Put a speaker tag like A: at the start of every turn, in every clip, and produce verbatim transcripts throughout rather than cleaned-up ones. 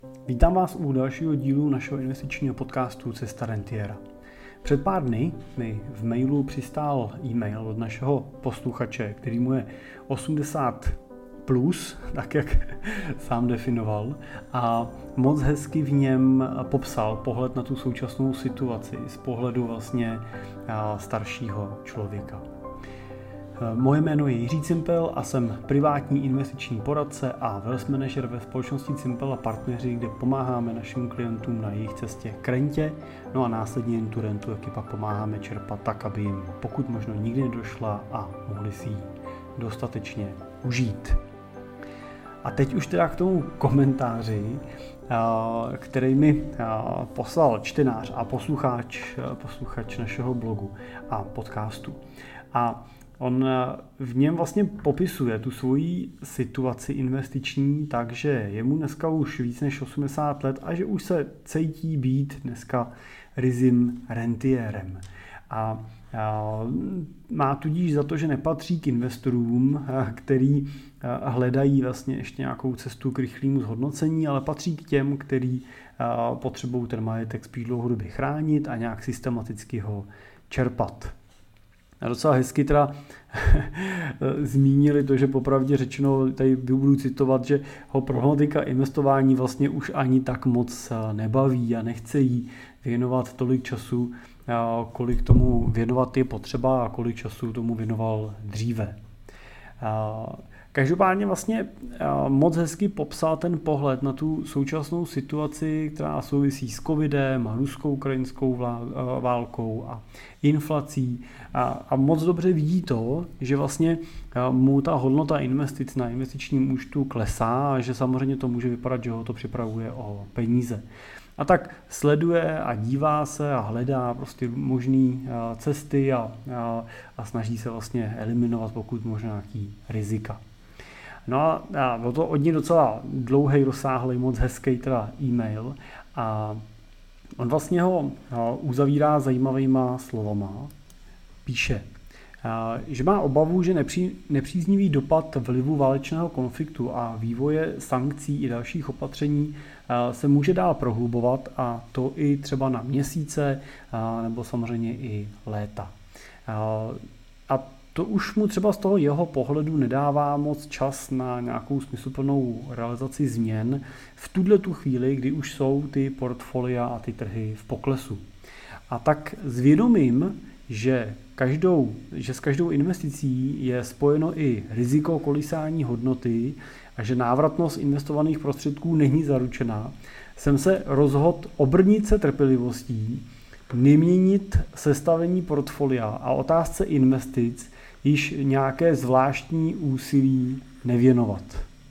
A: Vítám vás u dalšího dílu našeho investičního podcastu Cesta rentiera. Před pár dny mi v mailu přistál e-mail od našeho posluchače, který mu je osmdesát plus, tak jak sám definoval, a moc hezky v něm popsal pohled na tu současnou situaci z pohledu vlastně staršího člověka. Moje jméno je Jiří Cimpel a jsem privátní investiční poradce a wealth manager ve společnosti Cimpel a partneři, kde pomáháme našim klientům na jejich cestě k rentě, no a následně jim tu rentu, jak ji pak pomáháme čerpat tak, aby jim pokud možno nikdy nedošla a mohli si ji dostatečně užít. A teď už teda k tomu komentáři, který mi poslal čtenář a posluchač, posluchač našeho blogu a podcastu. A on v něm vlastně popisuje tu svoji situaci investiční tak, že je mu dneska už víc než osmdesát let a že už se cítí být dneska ryzím rentiérem. A má tudíž za to, že nepatří k investorům, který hledají vlastně ještě nějakou cestu k rychlému zhodnocení, ale patří k těm, který potřebují ten majetek spíš dlouhodobě chránit a nějak systematicky ho čerpat. A docela hezky teda zmínili to, že popravdě řečeno, tady budu citovat, že ho problematika investování vlastně už ani tak moc nebaví a nechce jí věnovat tolik času, kolik tomu věnovat je potřeba a kolik času tomu věnoval dříve. Každopádně vlastně moc hezky popsal ten pohled na tu současnou situaci, která souvisí s covidem a ruskou-ukrajinskou válkou a inflací a, a moc dobře vidí to, že vlastně mu ta hodnota investic na investičním účtu klesá a že samozřejmě to může vypadat, že ho to připravuje o peníze. A tak sleduje a dívá se a hledá prostě možné cesty a, a, a snaží se vlastně eliminovat pokud možná nějaký rizika. No a, a bylo to od něj docela dlouhý, rozsáhlý, moc hezký teda e-mail a on vlastně ho uzavírá zajímavýma slovama. Píše, že má obavu, že nepří, nepříznivý dopad vlivu válečného konfliktu a vývoje sankcí i dalších opatření se může dál prohlubovat a to i třeba na měsíce nebo samozřejmě i léta. A to už mu třeba z toho jeho pohledu nedává moc čas na nějakou smysluplnou realizaci změn v tuhle tu chvíli, kdy už jsou ty portfolia a ty trhy v poklesu. A tak s vědomím, že, každou, že s každou investicí je spojeno i riziko kolísání hodnoty a že návratnost investovaných prostředků není zaručená, jsem se rozhodl obrnit se trpělivostí, neměnit sestavení portfolia a otázce investic již nějaké zvláštní úsilí nevěnovat.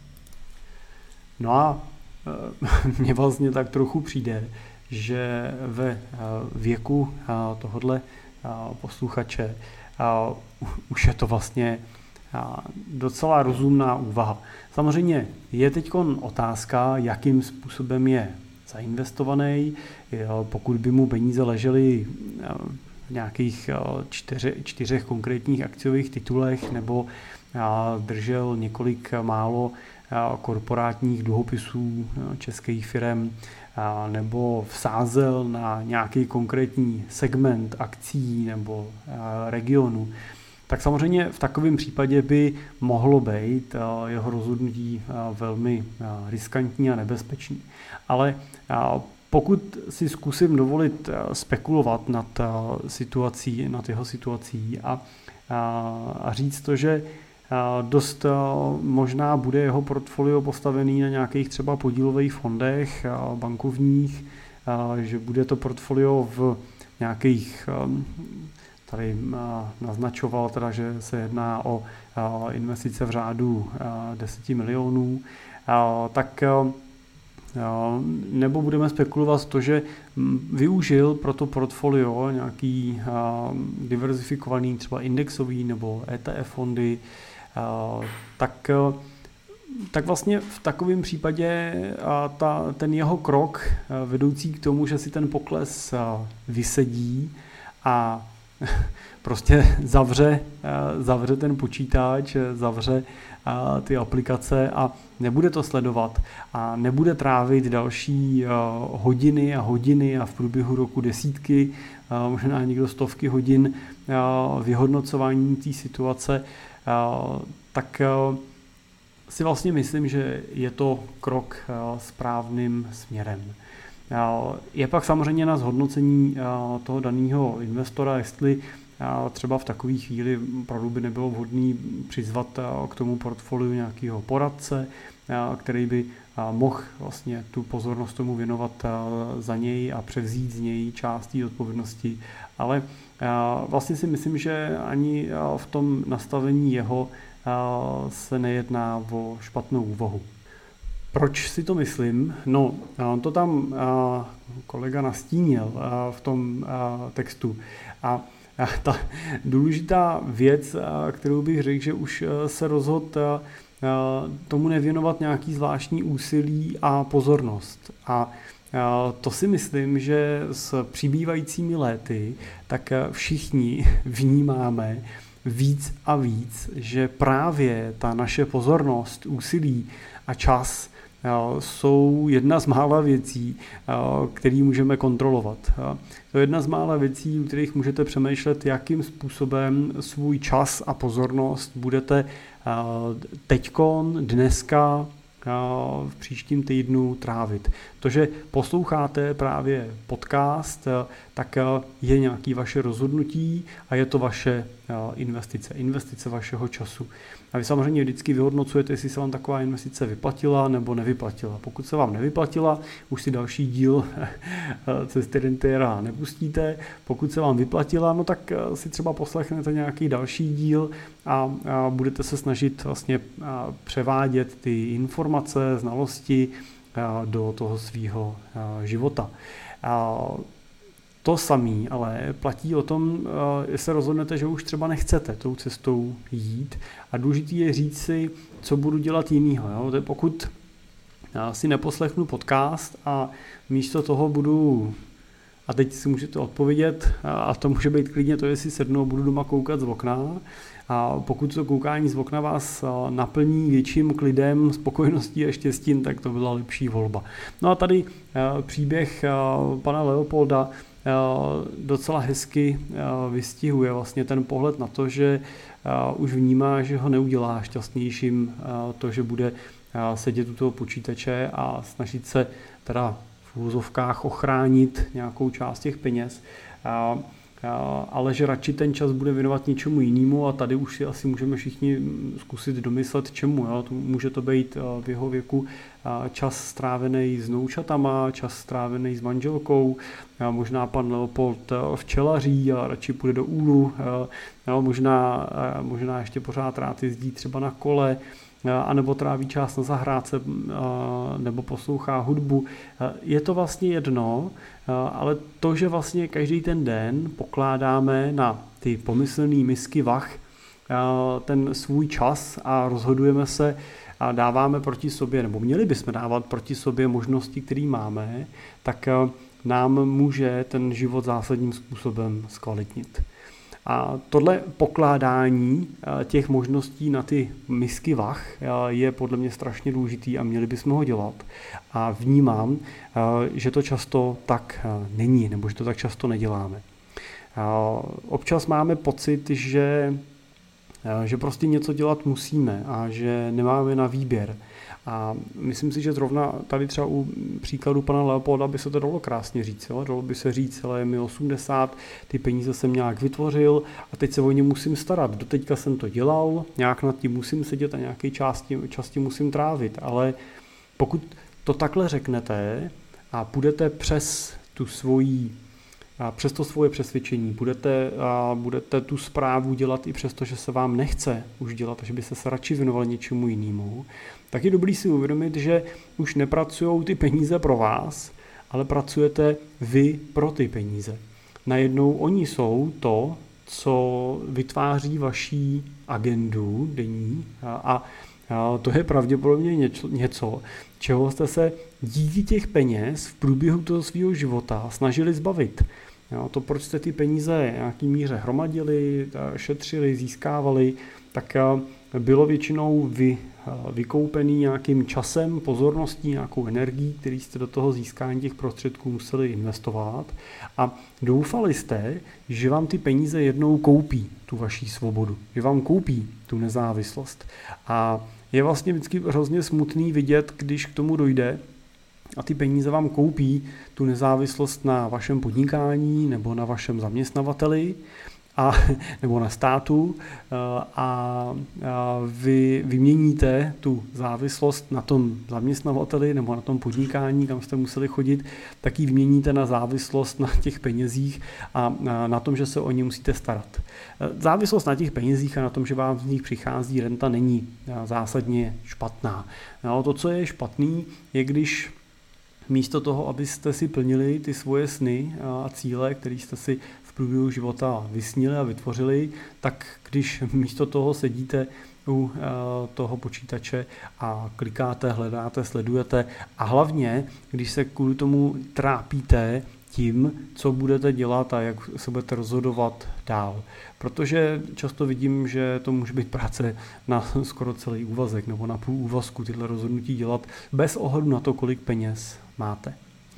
A: No a mně vlastně tak trochu přijde, že ve věku tohodle posluchače už je to vlastně docela rozumná úvaha. Samozřejmě je teď otázka, jakým způsobem je zainvestovaný, pokud by mu peníze ležely v nějakých čtyři, čtyřech konkrétních akciových titulech nebo držel několik málo korporátních dluhopisů českých firem nebo vsázel na nějaký konkrétní segment akcí nebo regionu, tak samozřejmě v takovém případě by mohlo být jeho rozhodnutí velmi riskantní a nebezpečný. Ale pokud si zkusím dovolit spekulovat nad situací, nad jeho situací a, a říct to, že dost možná bude jeho portfolio postavený na nějakých třeba podílových fondech bankovních, že bude to portfolio v nějakých, tady naznačoval teda, že se jedná o investice v řádu deset milionů, tak nebo budeme spekulovat to, že využil pro to portfolio nějaký diverzifikovaný třeba indexový nebo E T F fondy, tak, tak vlastně v takovém případě ta, ten jeho krok vedoucí k tomu, že si ten pokles vysedí a prostě zavře, zavře ten počítač, zavře ty aplikace a nebude to sledovat a nebude trávit další hodiny a hodiny a v průběhu roku desítky, možná někdo stovky hodin vyhodnocování té situace, tak si vlastně myslím, že je to krok správným směrem. Je pak samozřejmě na zhodnocení toho daného investora, jestli třeba v takové chvíli opravdu by nebylo vhodné přizvat k tomu portfoliu nějakého poradce, který by mohl vlastně tu pozornost tomu věnovat za něj a převzít z něj část té odpovědnosti. Ale vlastně si myslím, že ani v tom nastavení jeho se nejedná o špatnou úvahu. Proč si to myslím? No, on to tam kolega nastínil v tom textu. A ta důležitá věc, kterou bych řekl, že už se rozhodl tomu nevěnovat nějaký zvláštní úsilí a pozornost. A to si myslím, že s přibývajícími léty tak všichni vnímáme víc a víc, že právě ta naše pozornost, úsilí a čas jsou jedna z mála věcí, které můžeme kontrolovat. To je jedna z mála věcí, u kterých můžete přemýšlet, jakým způsobem svůj čas a pozornost budete teďkon, dneska, v příštím týdnu trávit. To, že posloucháte právě podcast, tak je nějaké vaše rozhodnutí a je to vaše investice, investice vašeho času. A vy samozřejmě vždycky vyhodnocujete, jestli se vám taková investice vyplatila nebo nevyplatila. Pokud se vám nevyplatila, už si další díl Cesty rentiera nepustíte. Pokud se vám vyplatila, no tak si třeba poslechnete nějaký další díl a, a budete se snažit vlastně převádět ty informace, znalosti do toho svého života. To samé ale platí o tom, jestli se rozhodnete, že už třeba nechcete tou cestou jít a důležité je říct si, co budu dělat jinýho. Jo? Pokud si neposlechnu podcast a místo toho budu, a teď si můžete odpovědět, a to může být klidně to, jestli sednu a budu doma koukat z okna, a pokud to koukání z okna vás naplní větším klidem, spokojeností a štěstím, tak to byla lepší volba. No a tady příběh pana Leopolda docela hezky vystihuje vlastně ten pohled na to, že už vnímá, že ho neudělá šťastnějším to, že bude sedět u toho počítače a snažit se teda v úvozovkách ochránit nějakou část těch peněz, ale že radši ten čas bude věnovat něčemu jinému a tady už si asi můžeme všichni zkusit domyslet čemu. Jo? Může to být v jeho věku čas strávený s noučatama, čas strávený s manželkou, možná pan Leopold včelaří a radši půjde do úlu, jo? Možná, možná ještě pořád rád jezdí třeba na kole, anebo tráví čas na zahrádce, nebo poslouchá hudbu. Je to vlastně jedno, ale to, že vlastně každý ten den pokládáme na ty pomyslné misky vah ten svůj čas a rozhodujeme se a dáváme proti sobě, nebo měli bychom dávat proti sobě možnosti, které máme, tak nám může ten život zásadním způsobem zkvalitnit. A tohle pokládání těch možností na ty misky vah je podle mě strašně důležitý a měli bychom ho dělat. A vnímám, že to často tak není, nebo že to tak často neděláme. Občas máme pocit, že, že prostě něco dělat musíme a že nemáme na výběr. A myslím si, že zrovna tady třeba u příkladu pana Leopolda by se to dalo krásně říct. Jo? Dalo by se říct, ale je mi osmdesát, ty peníze jsem nějak vytvořil a teď se o ně musím starat. Doteďka jsem to dělal, nějak nad tím musím sedět a nějaké části, části musím trávit. Ale pokud to takhle řeknete a půjdete přes tu svoji a přes to svoje přesvědčení, budete, a budete tu zprávu dělat i přesto, že se vám nechce už dělat, že byste se radši věnovali něčemu jinému, tak je dobrý si uvědomit, že už nepracují ty peníze pro vás, ale pracujete vy pro ty peníze. Najednou oni jsou to, co vytváří vaší agendu denní a, a to je pravděpodobně něco, něco, čeho jste se díky těch peněz v průběhu toho svého života snažili zbavit. Jo, to, proč jste ty peníze v nějaký míře hromadili, šetřili, získávali, tak bylo většinou vy, vykoupený nějakým časem, pozorností, nějakou energií, který jste do toho získání těch prostředků museli investovat a doufali jste, že vám ty peníze jednou koupí tu vaši svobodu, že vám koupí tu nezávislost. A je vlastně vždycky hrozně smutný vidět, když k tomu dojde a ty peníze vám koupí tu nezávislost na vašem podnikání nebo na vašem zaměstnavateli, A, nebo na státu a, a vy vyměníte tu závislost na tom zaměstnavateli nebo na tom podnikání, kam jste museli chodit, tak ji vyměníte na závislost na těch penězích a na tom, že se o ně musíte starat. Závislost na těch penězích a na tom, že vám z nich přichází renta, není zásadně špatná. No, to, co je špatný, je když místo toho, abyste si plnili ty svoje sny a cíle, které jste si v průběhu života vysnili a vytvořili, tak když místo toho sedíte u toho počítače a klikáte, hledáte, sledujete a hlavně, když se kvůli tomu trápíte tím, co budete dělat a jak se budete rozhodovat dál. Protože často vidím, že to může být práce na skoro celý úvazek nebo na půl úvazku tyhle rozhodnutí dělat bez ohledu na to, kolik peněz máte.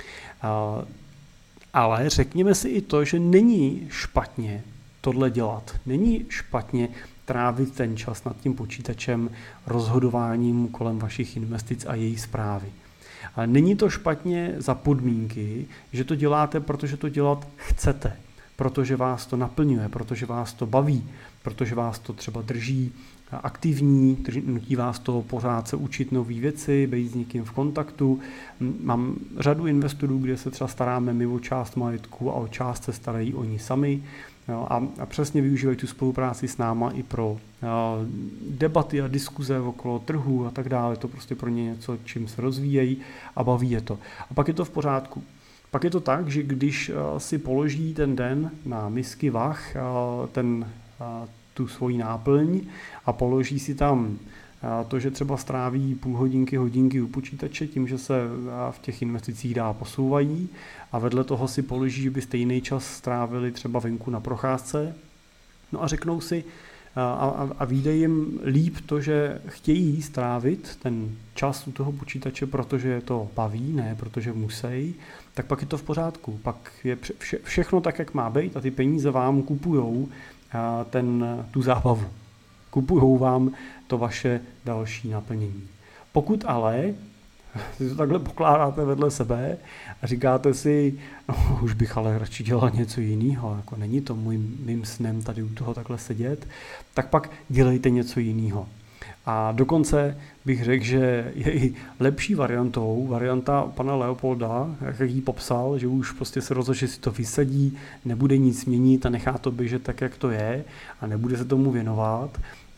A: Ale řekněme si i to, že není špatně tohle dělat. Není špatně trávit ten čas nad tím počítačem, rozhodováním kolem vašich investic a jejich správy. Ale není to špatně za podmínky, že to děláte, protože to dělat chcete, protože vás to naplňuje, protože vás to baví, protože vás to třeba drží aktivní, nutí vás to pořád se učit nové věci, být s někým v kontaktu. Mám řadu investorů, kde se třeba staráme my o část majetku a o část se starají oni sami. Jo, a, a přesně využívají tu spolupráci s náma i pro a, debaty a diskuze okolo trhu a tak dále. To prostě pro ně něco, čím se rozvíjejí a baví je to. A pak je to v pořádku. Pak je to tak, že když a, si položí ten den na misky vah, a, ten, a, tu svoji náplň a položí si tam a, to, že třeba stráví půl hodinky, hodinky u počítače tím, že se a, v těch investicích dál posouvají a vedle toho si položí, že by stejný čas strávili třeba venku na procházce. No a řeknou si a, a, a vyjde jim líp to, že chtějí strávit ten čas u toho počítače, protože je to baví, ne protože musí, tak pak je to v pořádku. Pak je vše, všechno tak, jak má být a ty peníze vám kupujou a, ten, tu zábavu. Kupujou vám to vaše další naplnění. Pokud ale si to takhle pokládáte vedle sebe a říkáte si, no, už bych ale radši dělal něco jiného, jako není to můj, mým snem tady u toho takhle sedět, tak pak dělejte něco jiného. A dokonce bych řekl, že je i lepší variantou, varianta pana Leopolda, jak ji popsal, že už prostě se rozhodl, že si to vysadí, nebude nic měnit a nechá to běžet tak, jak to je a nebude se tomu věnovat,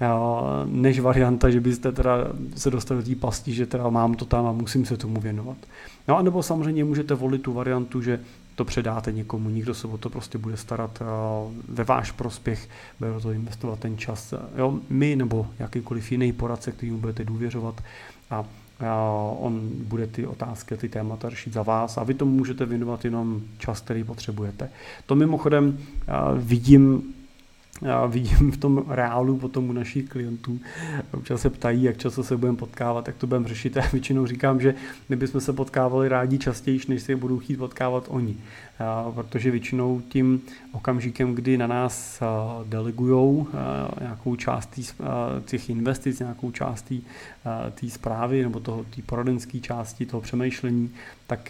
A: než varianta, že byste teda se dostali do té pasti, že teda mám to tam a musím se tomu věnovat. No a nebo samozřejmě můžete volit tu variantu, že to předáte někomu, někdo se o to prostě bude starat ve váš prospěch, bude do toho investovat ten čas. Jo, my nebo jakýkoliv jiný poradce, kterýmu budete důvěřovat a on bude ty otázky, ty témata řešit za vás a vy tomu můžete věnovat jenom čas, který potřebujete. To mimochodem vidím Já vidím v tom reálu potom u našich klientů, občas se ptají, jak často se budeme potkávat, jak to budeme řešit. Já většinou říkám, že my bychom se potkávali rádi častěji, než se budou chtít potkávat oni. Protože většinou tím okamžikem, kdy na nás delegujou nějakou část těch investic, nějakou část té zprávy nebo té poradenské části, toho přemýšlení, tak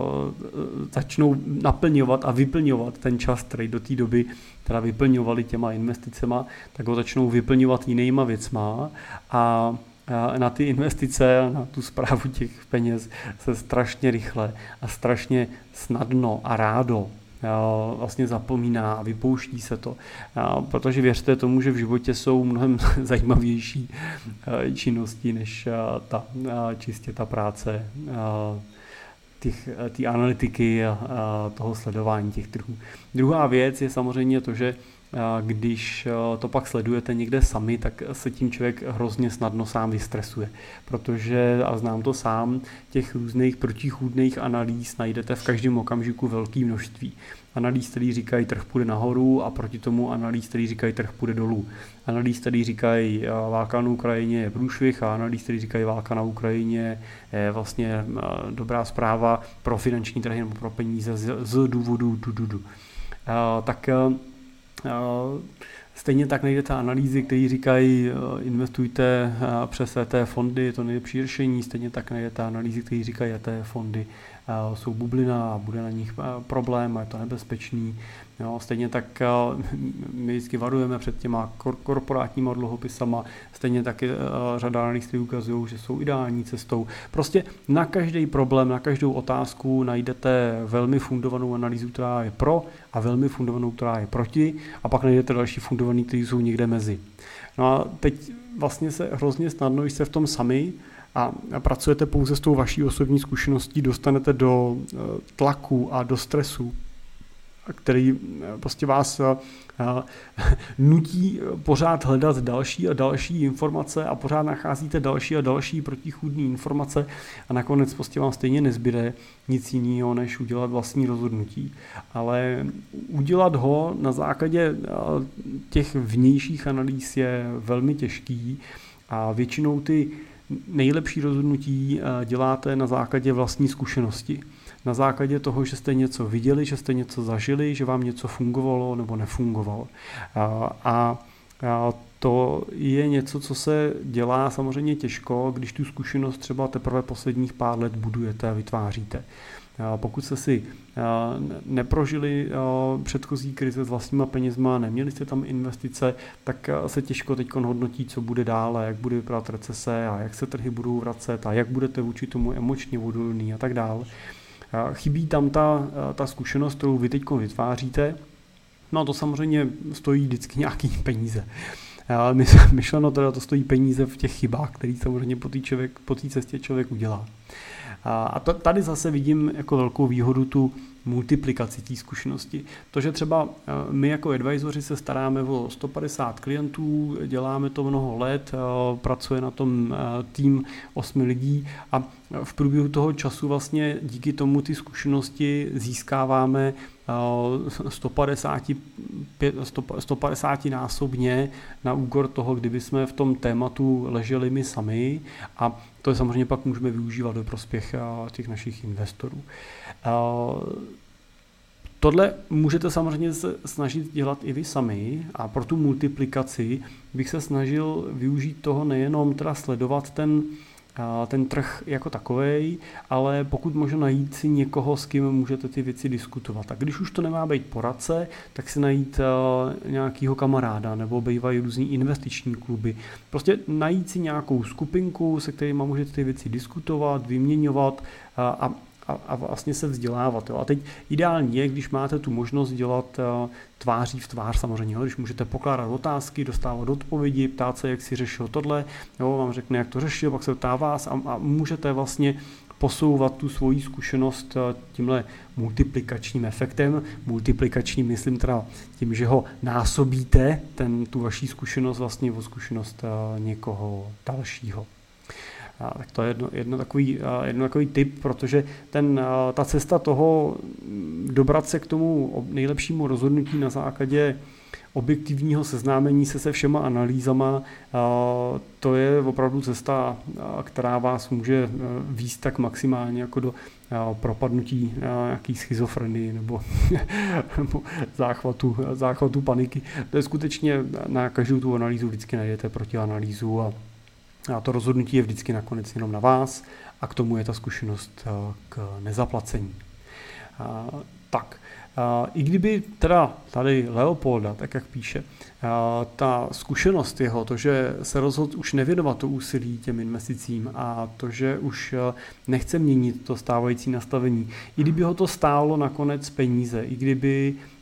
A: začnou naplňovat a vyplňovat ten čas, který do té doby teda vyplňovali těma investicema, tak ho začnou vyplňovat jinýma věcma a na ty investice, na tu správu těch peněz se strašně rychle a strašně snadno a rádo vlastně zapomíná a vypouští se to. Protože věřte tomu, že v životě jsou mnohem zajímavější činnosti než ta, čistě ta práce té analytiky a, a toho sledování těch trhů. Druhá věc je samozřejmě to, že když to pak sledujete někde sami, tak se tím člověk hrozně snadno sám vystresuje, protože, a znám to sám, těch různých protichůdných analýz najdete v každém okamžiku velké množství. Analýz, který říkají, trh půjde nahoru, a proti tomu analýz, který říkají, trh půjde dolů. Analýz, který říkají, válka na Ukrajině je průšvih, a analýz, který říkají, válka na Ukrajině je vlastně dobrá zpráva pro finanční trhy nebo pro peníze z, z důvodu du, du, du. Tak stejně tak najdete analýzy, které říkají, investujte přes E T F fondy, je to nejlepší řešení. Stejně tak najdete analýzy, které říkají, E T F fondy jsou bublina a bude na nich problém a je to nebezpečný. Jo, stejně tak my vždycky varujeme před těma korporátníma dluhopisama, stejně tak řada analýz, které ukazují, že jsou ideální cestou. Prostě na každý problém, na každou otázku najdete velmi fundovanou analýzu, která je pro, a velmi fundovanou, která je proti, a pak najdete další fundovaný, které jsou někde mezi. No a teď vlastně se hrozně snadno, když jste v tom sami a pracujete pouze s tou vaší osobní zkušeností, dostanete do tlaku a do stresu, který prostě vás nutí pořád hledat další a další informace a pořád nacházíte další a další protichůdné informace a nakonec prostě vám stejně nezbyde nic jiného, než udělat vlastní rozhodnutí. Ale udělat ho na základě těch vnějších analýz je velmi těžký a většinou ty nejlepší rozhodnutí děláte na základě vlastní zkušenosti. Na základě toho, že jste něco viděli, že jste něco zažili, že vám něco fungovalo nebo nefungovalo. A, a to je něco, co se dělá samozřejmě těžko, když tu zkušenost třeba teprve posledních pár let budujete a vytváříte. A pokud jste si neprožili předchozí krize s vlastníma penězma, neměli jste tam investice, tak se těžko teď hodnotí, co bude dále, jak bude vypadat recese a jak se trhy budou vracet a jak budete vůči tomu emočně odolný a tak dále. Chybí tam ta, ta zkušenost, kterou vy teď vytváříte, no a to samozřejmě stojí vždycky nějaký peníze. Myšleno teda to stojí peníze v těch chybách, které samozřejmě po té člověk, po té cestě člověk udělá. A to, tady zase vidím jako velkou výhodu tu multiplikaci té zkušenosti. To, že třeba my jako advisoři se staráme o sto padesát klientů, děláme to mnoho let, pracuje na tom tým osmi lidí a v průběhu toho času vlastně díky tomu ty zkušenosti získáváme sto padesát násobně na úkor toho, kdyby jsme v tom tématu leželi my sami, a to je samozřejmě pak můžeme využívat do prospěch těch našich investorů. Tohle můžete samozřejmě se snažit dělat i vy sami, a pro tu multiplikaci bych se snažil využít toho nejenom teda sledovat ten ten trh jako takovej, ale pokud možno najít si někoho, s kým můžete ty věci diskutovat. A když už to nemá být poradce, tak si najít nějakého kamaráda, nebo bývají různý investiční kluby. Prostě najít si nějakou skupinku, se kterými můžete ty věci diskutovat, vyměňovat a A, a vlastně se vzdělávat. Jo. A teď ideální je, když máte tu možnost dělat uh, tváří v tvář samozřejmě, jo. Když můžete pokládat otázky, dostávat odpovědi, ptát se, jak si řešil tohle, jo, vám řekne, jak to řešil, pak se ptá vás a, a můžete vlastně posouvat tu svoji zkušenost tímhle multiplikačním efektem. Multiplikačním myslím teda tím, že ho násobíte, ten, tu vaši zkušenost vlastně o zkušenost uh, někoho dalšího. A tak to je jedno, jedno, takový, jedno takový tip, protože ten, ta cesta toho dobrat se k tomu nejlepšímu rozhodnutí na základě objektivního seznámení se se všema analýzama, to je opravdu cesta, která vás může vést tak maximálně jako do propadnutí nějaký schizofrenii nebo, nebo záchvatu, záchvatu paniky. To je skutečně na každou tu analýzu vždycky najdete protianalýzu a A to rozhodnutí je vždycky nakonec jenom na vás a k tomu je ta zkušenost k nezaplacení. Tak, i kdyby teda tady Leopolda, tak jak píše, ta zkušenost jeho, to, že se rozhodl už nevěnovat to úsilí těm investicím a to, že už nechce měnit to stávající nastavení, i kdyby ho to stálo nakonec peníze, i kdyby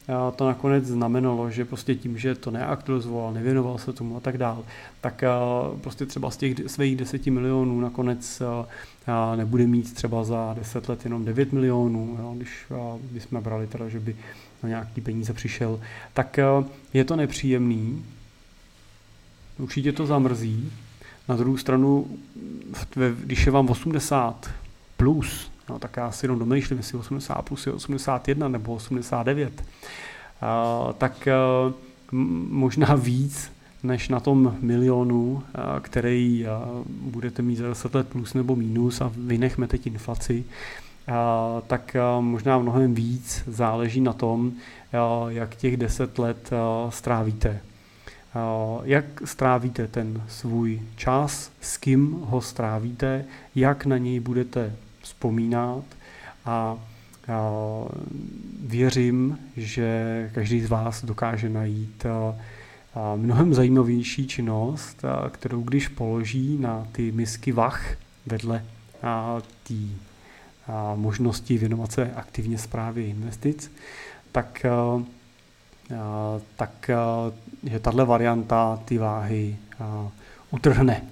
A: to nakonec znamenalo, že prostě tím, že to neaktualizoval, nevěnoval se tomu a tak dál, tak prostě třeba z těch svých deseti milionů nakonec nebude mít třeba za deset let jenom devět milionů, jo, když bychom brali teda, že by na nějaký peníze přišel, tak je to nepříjemný, určitě to zamrzí. Na druhou stranu, když je vám osmdesát plus, no, tak já si jenom domýšlím, jestli osmdesát plus je osmdesát jedna nebo osmdesát devět, uh, tak uh, možná víc než na tom milionu, uh, který uh, budete mít za deset let plus nebo minus a vynechme teď inflaci, uh, tak uh, možná mnohem víc záleží na tom, uh, jak těch deset let uh, strávíte. Jak strávíte ten svůj čas, s kým ho strávíte, jak na něj budete vzpomínat a věřím, že každý z vás dokáže najít mnohem zajímavější činnost, kterou když položí na ty misky vah vedle té možnosti věnovat se aktivně správě investic, tak tak je tahle varianta ty váhy utrhne.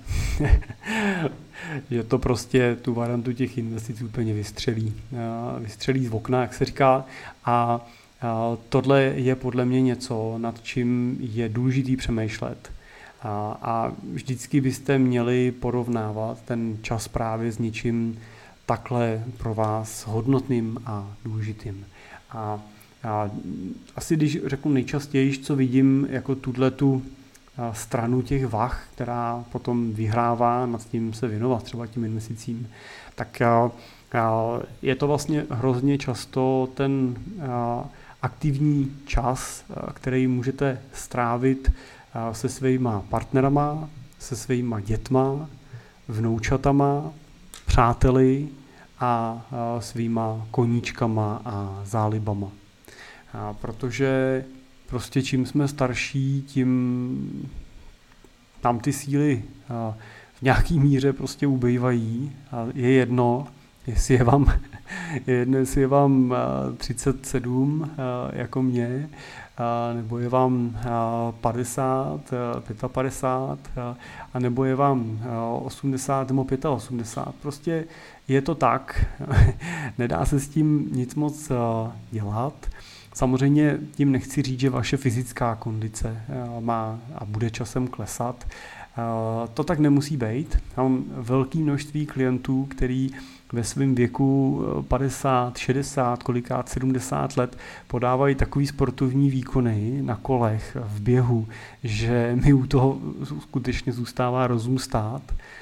A: Že to prostě tu variantu těch investic úplně vystřelí. Vystřelí z okna, jak se říká. A tohle je podle mě něco, nad čím je důležitý přemýšlet. A vždycky byste měli porovnávat ten čas právě s něčím takhle pro vás hodnotným a důležitým. A A asi když řeknu nejčastěji, co vidím jako tuhletu stranu těch vah, která potom vyhrává nad tím se věnovat třeba tím investicím, tak je to vlastně hrozně často ten aktivní čas, který můžete strávit se svýma partnerama, se svýma dětma, vnoučatama, přáteli a svýma koníčkama a zálibama. A protože prostě čím jsme starší, tím tam ty síly v nějaký míře prostě ubývají a je jedno, jestli je vám, je jedno, jestli je vám třicet sedm jako mě, nebo je vám padesát, padesát pět, a nebo je vám osmdesát nebo osmdesát pět. Prostě je to tak, nedá se s tím nic moc dělat. Samozřejmě tím nechci říct, že vaše fyzická kondice má a bude časem klesat. To tak nemusí být. Mám velké množství klientů, který ve svém věku padesát, šedesát, kolikrát sedmdesát let podávají takový sportovní výkony na kolech, v běhu, že mi u toho skutečně zůstává rozum stát.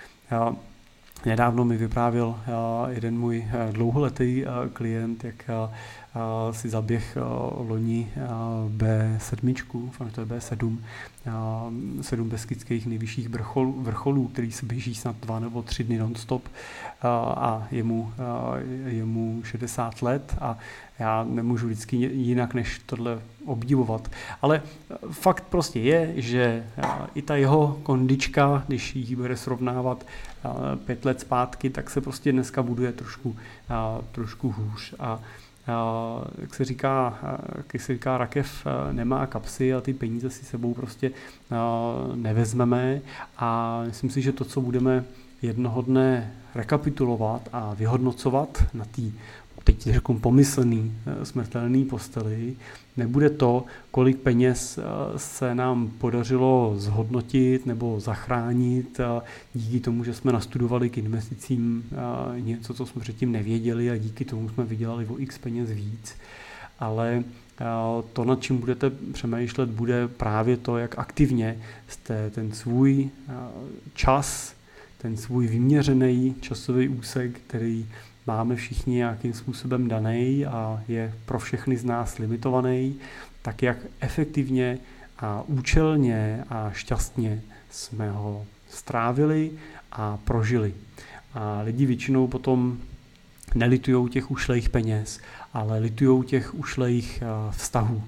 A: Nedávno mi vyprávěl jeden můj dlouholetý klient, jak si zaběh loni bé sedm, to je bé sedm, sedm beskydských nejvyšších vrcholů, vrcholů, který se běží snad dva nebo tři dny non-stop a je mu, je mu šedesát let a já nemůžu vždycky jinak než tohle obdivovat. Ale fakt prostě je, že i ta jeho kondička, když ji bude srovnávat pět let zpátky, tak se prostě dneska buduje trošku, trošku hůř. A jak se říká, jak se říká, rakev nemá kapsy a ty peníze si sebou prostě nevezmeme a myslím si, že to, co budeme jednoho dne rekapitulovat a vyhodnocovat na té, teď řeknu, pomyslný smrtelný posteli, nebude to, kolik peněz se nám podařilo zhodnotit nebo zachránit díky tomu, že jsme nastudovali k investicím něco, co jsme předtím nevěděli a díky tomu jsme vydělali o x peněz víc, ale to, nad čím budete přemýšlet, bude právě to, jak aktivně jste ten svůj čas, ten svůj vyměřený časový úsek, který máme všichni nějakým způsobem daný a je pro všechny z nás limitovaný, tak jak efektivně a účelně a šťastně jsme ho strávili a prožili. A lidi většinou potom nelitujou těch ušlejch peněz, ale litujou těch ušlejch vztahů.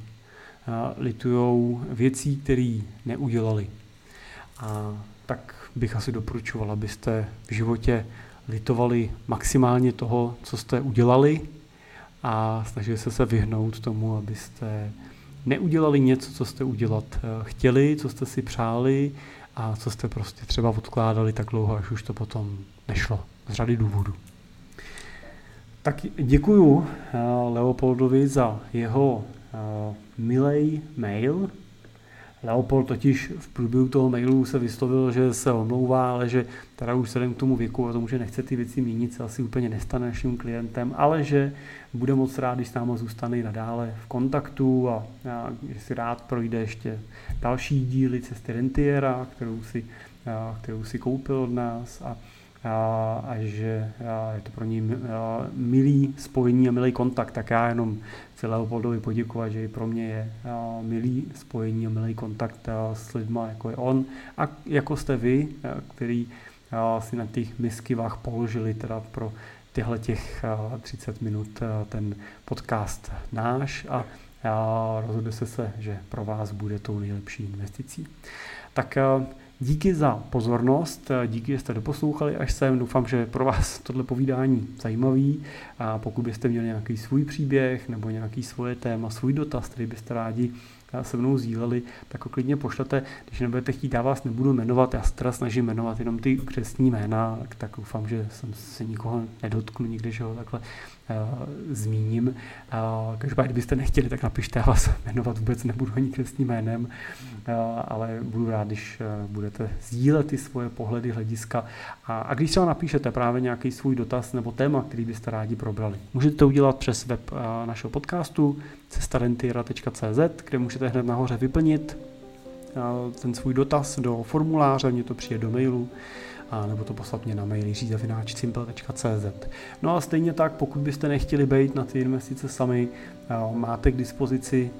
A: Litujou věcí, které neudělali. A tak bych asi doporučoval, abyste v životě litovali maximálně toho, co jste udělali a snažili se se vyhnout tomu, abyste neudělali něco, co jste udělat chtěli, co jste si přáli a co jste prostě třeba odkládali tak dlouho, až už to potom nešlo z řady důvodů. Tak děkuju Leopoldovi za jeho milej mail. Leopold totiž v průběhu toho mailu se vyslovil, že se omlouvá, ale že teda už vzhledem k tomu věku a tomu, že nechce ty věci měnit, se asi úplně nestane naším klientem, ale že bude moc rád, když s náma zůstane i nadále v kontaktu a, a že si rád projde ještě další díly Cesty rentiera, kterou si, a, kterou si koupil od nás a, a, a že a je to pro něj milý spojení a milý kontakt, tak já jenom chci Leopoldovi poděkovat, že i pro mě je a, milý spojení a milý kontakt a, s lidma, jako je on a jako jste vy, a, který a, si na těch miskivách položili teda pro těchto těch a, třicet minut a, ten podcast náš a, a rozhodli se se, že pro vás bude tou nejlepší investicí. Tak a, díky za pozornost, díky, že jste doposlouchali až sem. Doufám, že pro vás tohle povídání zajímavý a pokud byste měli nějaký svůj příběh nebo nějaký svoje téma, svůj dotaz, který byste rádi se mnou sdíleli, tak ho klidně pošlete. Když nebudete chtít, já vás nebudu jmenovat, já se teda snažím jmenovat jenom ty křestní jména, tak, tak doufám, že jsem se nikoho nedotknu nikdy, že ho takhle uh, zmíním. Uh, každopádně, kdybyste nechtěli, tak napište, já vás jmenovat vůbec nebudu ani křestním jménem, uh, ale budu rád, když uh, budete sdílet ty svoje pohledy, hlediska a, a když třeba napíšete právě nějaký svůj dotaz nebo téma, který byste rádi probrali. Můžete to udělat přes web uh, našeho podcastu cesta rentiera tečka cé zet, kde můžete hned nahoře vyplnit ten svůj dotaz do formuláře, mě to přijde do mailu, a nebo to poslat mě na mail jiří zavináč simple tečka cé zet. No a stejně tak, pokud byste nechtěli být na ty investice sami, máte k dispozici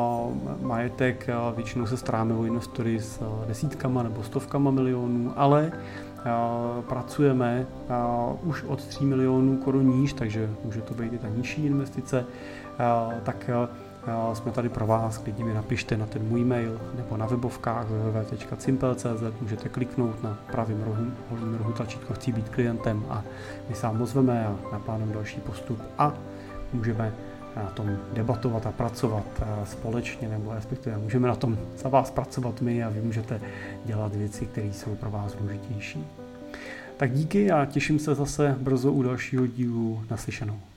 A: majetek, většinou se staráme o investory s desítkama nebo stovkama milionů, ale pracujeme už od tří milionů korun níž, takže může to být i ta nižší investice, tak jsme tady pro vás, klidně mi napište na ten můj mail nebo na webovkách w w w tečka simple tečka cé zet, můžete kliknout na pravým rohu, horním rohu tlačítko chci být klientem a my se vám ozveme a naplánujeme další postup a můžeme na tom debatovat a pracovat společně, nebo respektive můžeme na tom za vás pracovat my a vy můžete dělat věci, které jsou pro vás důležitější. Tak díky a těším se zase brzo u dalšího dílu. Naslyšenou.